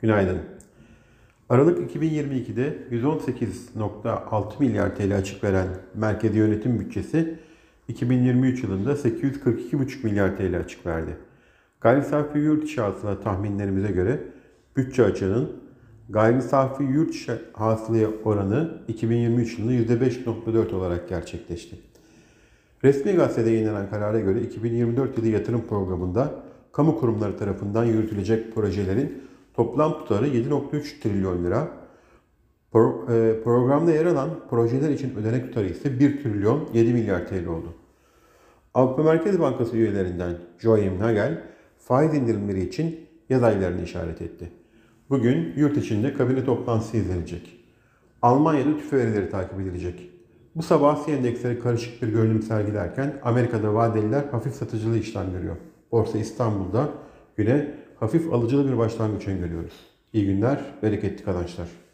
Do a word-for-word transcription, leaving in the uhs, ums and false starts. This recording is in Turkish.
Günaydın. Aralık iki bin yirmi ikide yüz on sekiz nokta altı milyar T L açık veren Merkezi Yönetim Bütçesi, iki bin yirmi üç yılında sekiz yüz kırk iki buçuk milyar T L açık verdi. Gayri safi yurt içi hasıla tahminlerimize göre bütçe açığının gayri safi yurt içi hasılaya oranı iki bin yirmi üç yılında yüzde beş nokta dört olarak gerçekleşti. Resmi gazetede yayınlanan karara göre iki bin yirmi dört yılı yatırım programında kamu kurumları tarafından yürütülecek projelerin toplam tutarı yedi nokta üç trilyon lira. Pro, e, programda yer alan projeler için ödenek tutarı ise bir trilyon yedi milyar T L oldu. Avrupa Merkez Bankası üyelerinden Joachim Nagel, faiz indirimleri için yaz aylarını işaret etti. Bugün yurt içinde kabine toplantısı izlenecek. Almanya'da tüfe verileri takip edilecek. Bu sabah S I endeksleri karışık bir görünüm sergilerken Amerika'da vadeliler hafif satıcılı işlem görüyor. Borsa İstanbul'da güne hafif alıcılı bir başlangıç öngörüyoruz. İyi günler, bereketli kazançlar.